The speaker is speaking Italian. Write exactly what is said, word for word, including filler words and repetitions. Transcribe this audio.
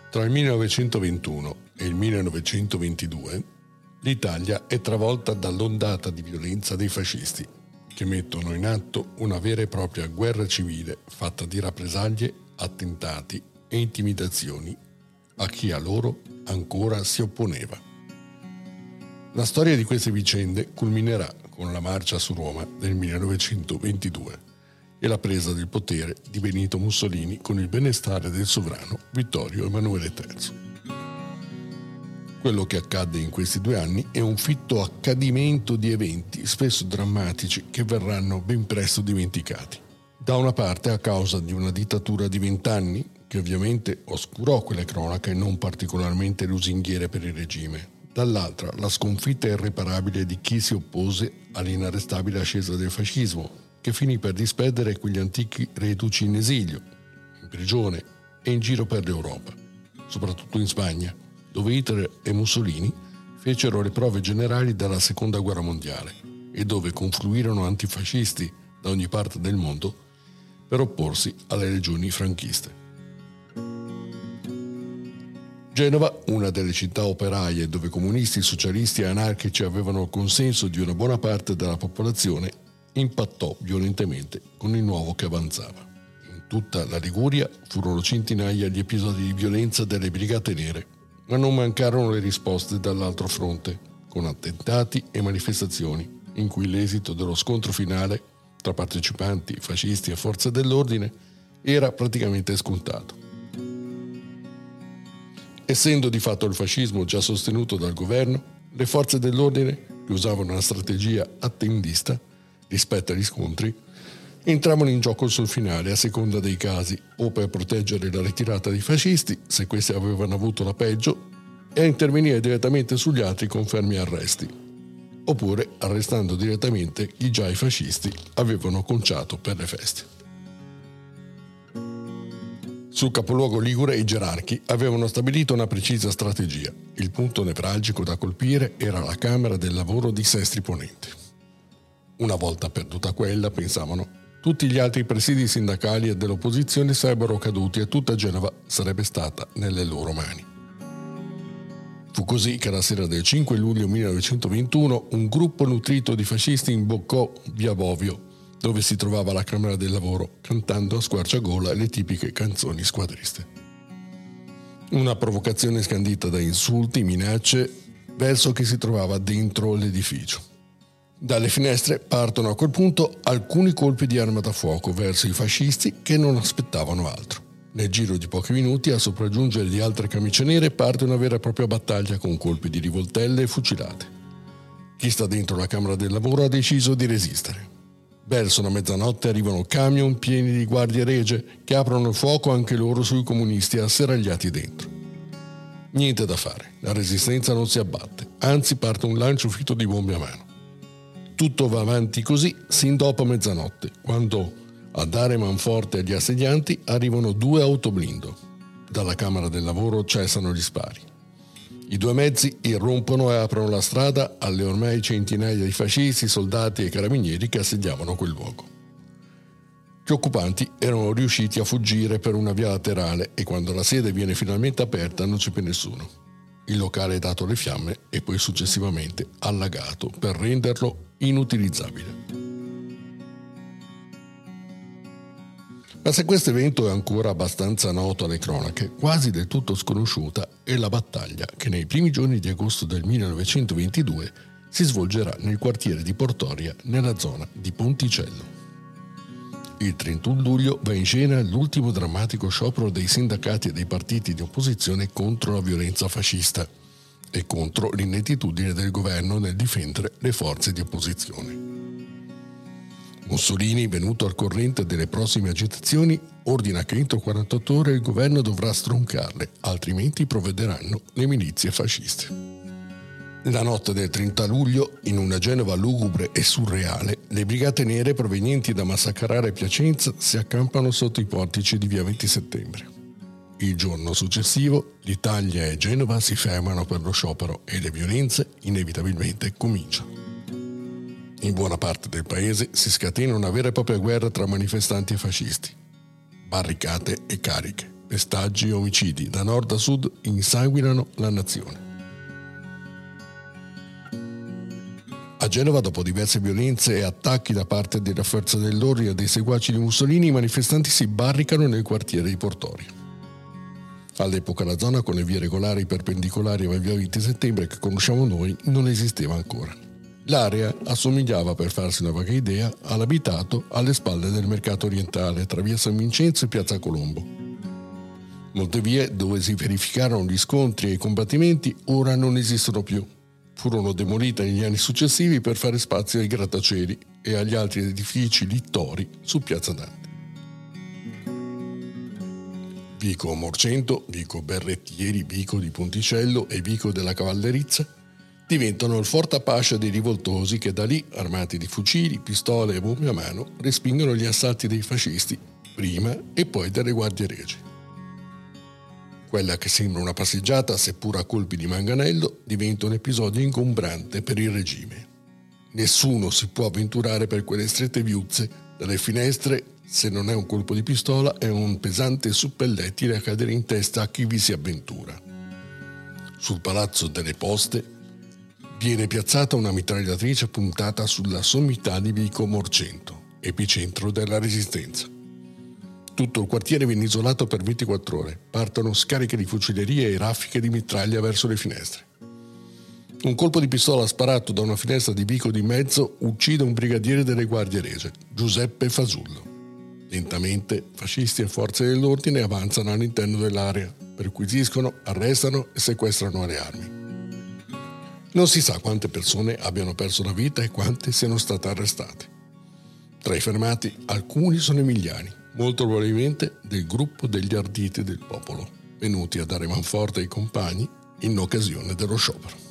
Tra il millenovecentoventuno e il millenovecentoventidue l'Italia è travolta dall'ondata di violenza dei fascisti, che mettono in atto una vera e propria guerra civile fatta di rappresaglie, attentati e intimidazioni a chi a loro ancora si opponeva. La storia di queste vicende culminerà con la marcia su Roma del millenovecentoventidue e la presa del potere di Benito Mussolini con il benestare del sovrano Vittorio Emanuele terzo. Quello che accadde in questi due anni è un fitto accadimento di eventi spesso drammatici che verranno ben presto dimenticati. Da una parte a causa di una dittatura di vent'anni che ovviamente oscurò quelle cronache non particolarmente lusinghiere per il regime, dall'altra la sconfitta irreparabile di chi si oppose all'inarrestabile ascesa del fascismo, che finì per disperdere quegli antichi reduci in esilio, in prigione e in giro per l'Europa, soprattutto in Spagna, dove Hitler e Mussolini fecero le prove generali della Seconda Guerra Mondiale e dove confluirono antifascisti da ogni parte del mondo per opporsi alle legioni franchiste. Genova, una delle città operaie dove comunisti, socialisti e anarchici avevano il consenso di una buona parte della popolazione, impattò violentemente con il nuovo che avanzava. In tutta la Liguria furono centinaia gli episodi di violenza delle Brigate Nere, ma non mancarono le risposte dall'altro fronte, con attentati e manifestazioni, in cui l'esito dello scontro finale tra partecipanti, fascisti e forze dell'ordine era praticamente scontato. Essendo di fatto il fascismo già sostenuto dal governo, le forze dell'ordine, che usavano una strategia attendista rispetto agli scontri, entravano in gioco sul finale a seconda dei casi, o per proteggere la ritirata dei fascisti, se questi avevano avuto la peggio, e a intervenire direttamente sugli altri con fermi arresti, oppure arrestando direttamente chi già i fascisti avevano conciato per le feste. Sul capoluogo ligure i gerarchi avevano stabilito una precisa strategia. Il punto nevralgico da colpire era la Camera del Lavoro di Sestri Ponente. Una volta perduta quella, pensavano, tutti gli altri presidi sindacali e dell'opposizione sarebbero caduti e tutta Genova sarebbe stata nelle loro mani. Fu così che la sera del cinque luglio millenovecentoventuno un gruppo nutrito di fascisti imboccò via Bovio, dove si trovava la Camera del Lavoro, cantando a squarciagola le tipiche canzoni squadriste. Una provocazione scandita da insulti, minacce, verso chi si trovava dentro l'edificio. Dalle finestre partono a quel punto alcuni colpi di arma da fuoco verso i fascisti che non aspettavano altro. Nel giro di pochi minuti, a sopraggiungere di altre camicie nere, parte una vera e propria battaglia con colpi di rivoltelle e fucilate. Chi sta dentro la Camera del Lavoro ha deciso di resistere. Verso la mezzanotte arrivano camion pieni di guardie regie che aprono il fuoco anche loro sui comunisti asserragliati dentro. Niente da fare, la resistenza non si abbatte, anzi parte un lancio fitto di bombe a mano. Tutto va avanti così sin dopo mezzanotte, quando a dare manforte agli assedianti arrivano due autoblindo. Dalla Camera del Lavoro cessano gli spari. I due mezzi irrompono e aprono la strada alle ormai centinaia di fascisti, soldati e carabinieri che assediavano quel luogo. Gli occupanti erano riusciti a fuggire per una via laterale e quando la sede viene finalmente aperta non c'è più nessuno. Il locale è dato alle fiamme e poi successivamente allagato per renderlo inutilizzabile. Ma se questo evento è ancora abbastanza noto alle cronache, quasi del tutto sconosciuta è la battaglia che nei primi giorni di agosto del millenovecentoventidue si svolgerà nel quartiere di Portoria, nella zona di Ponticello. Il trentuno luglio va in scena l'ultimo drammatico sciopero dei sindacati e dei partiti di opposizione contro la violenza fascista e contro l'inettitudine del governo nel difendere le forze di opposizione. Mussolini, venuto al corrente delle prossime agitazioni, ordina che entro quarantotto ore il governo dovrà stroncarle, altrimenti provvederanno le milizie fasciste. La notte del trenta luglio, in una Genova lugubre e surreale, le brigate nere provenienti da massacrare Piacenza si accampano sotto i portici di via venti settembre. Il giorno successivo, l'Italia e Genova si fermano per lo sciopero e le violenze inevitabilmente cominciano. In buona parte del paese si scatena una vera e propria guerra tra manifestanti e fascisti. Barricate e cariche, pestaggi e omicidi da nord a sud insanguinano la nazione. A Genova, dopo diverse violenze e attacchi da parte delle forze dell'ordine e dei seguaci di Mussolini, i manifestanti si barricano nel quartiere dei Portori. All'epoca la zona, con le vie regolari perpendicolari alla via venti settembre che conosciamo noi, non esisteva ancora. L'area assomigliava, per farsi una vaga idea, all'abitato alle spalle del mercato orientale tra via San Vincenzo e piazza Colombo. Molte vie dove si verificarono gli scontri e i combattimenti ora non esistono più. Furono demolite negli anni successivi per fare spazio ai grattacieli e agli altri edifici littori su piazza Dante. Vico Morcento, Vico Berrettieri, Vico di Ponticello e Vico della Cavallerizza diventano il fortapascia dei rivoltosi che da lì, armati di fucili, pistole e bombe a mano, respingono gli assalti dei fascisti, prima e poi delle guardie regie. Quella che sembra una passeggiata, seppur a colpi di manganello, diventa un episodio ingombrante per il regime. Nessuno si può avventurare per quelle strette viuzze, dalle finestre. Se non è un colpo di pistola, è un pesante suppellettile a cadere in testa a chi vi si avventura. Sul palazzo delle Poste viene piazzata una mitragliatrice puntata sulla sommità di Vico Morcento, epicentro della Resistenza. Tutto il quartiere viene isolato per ventiquattro ore. Partono scariche di fucillerie e raffiche di mitraglia verso le finestre. Un colpo di pistola sparato da una finestra di Vico di Mezzo uccide un brigadiere delle guardie regie, Giuseppe Fasullo. Lentamente, fascisti e forze dell'ordine avanzano all'interno dell'area, perquisiscono, arrestano e sequestrano le armi. Non si sa quante persone abbiano perso la vita e quante siano state arrestate. Tra i fermati, alcuni sono emiliani, molto probabilmente del gruppo degli arditi del popolo, venuti a dare manforte ai compagni in occasione dello sciopero.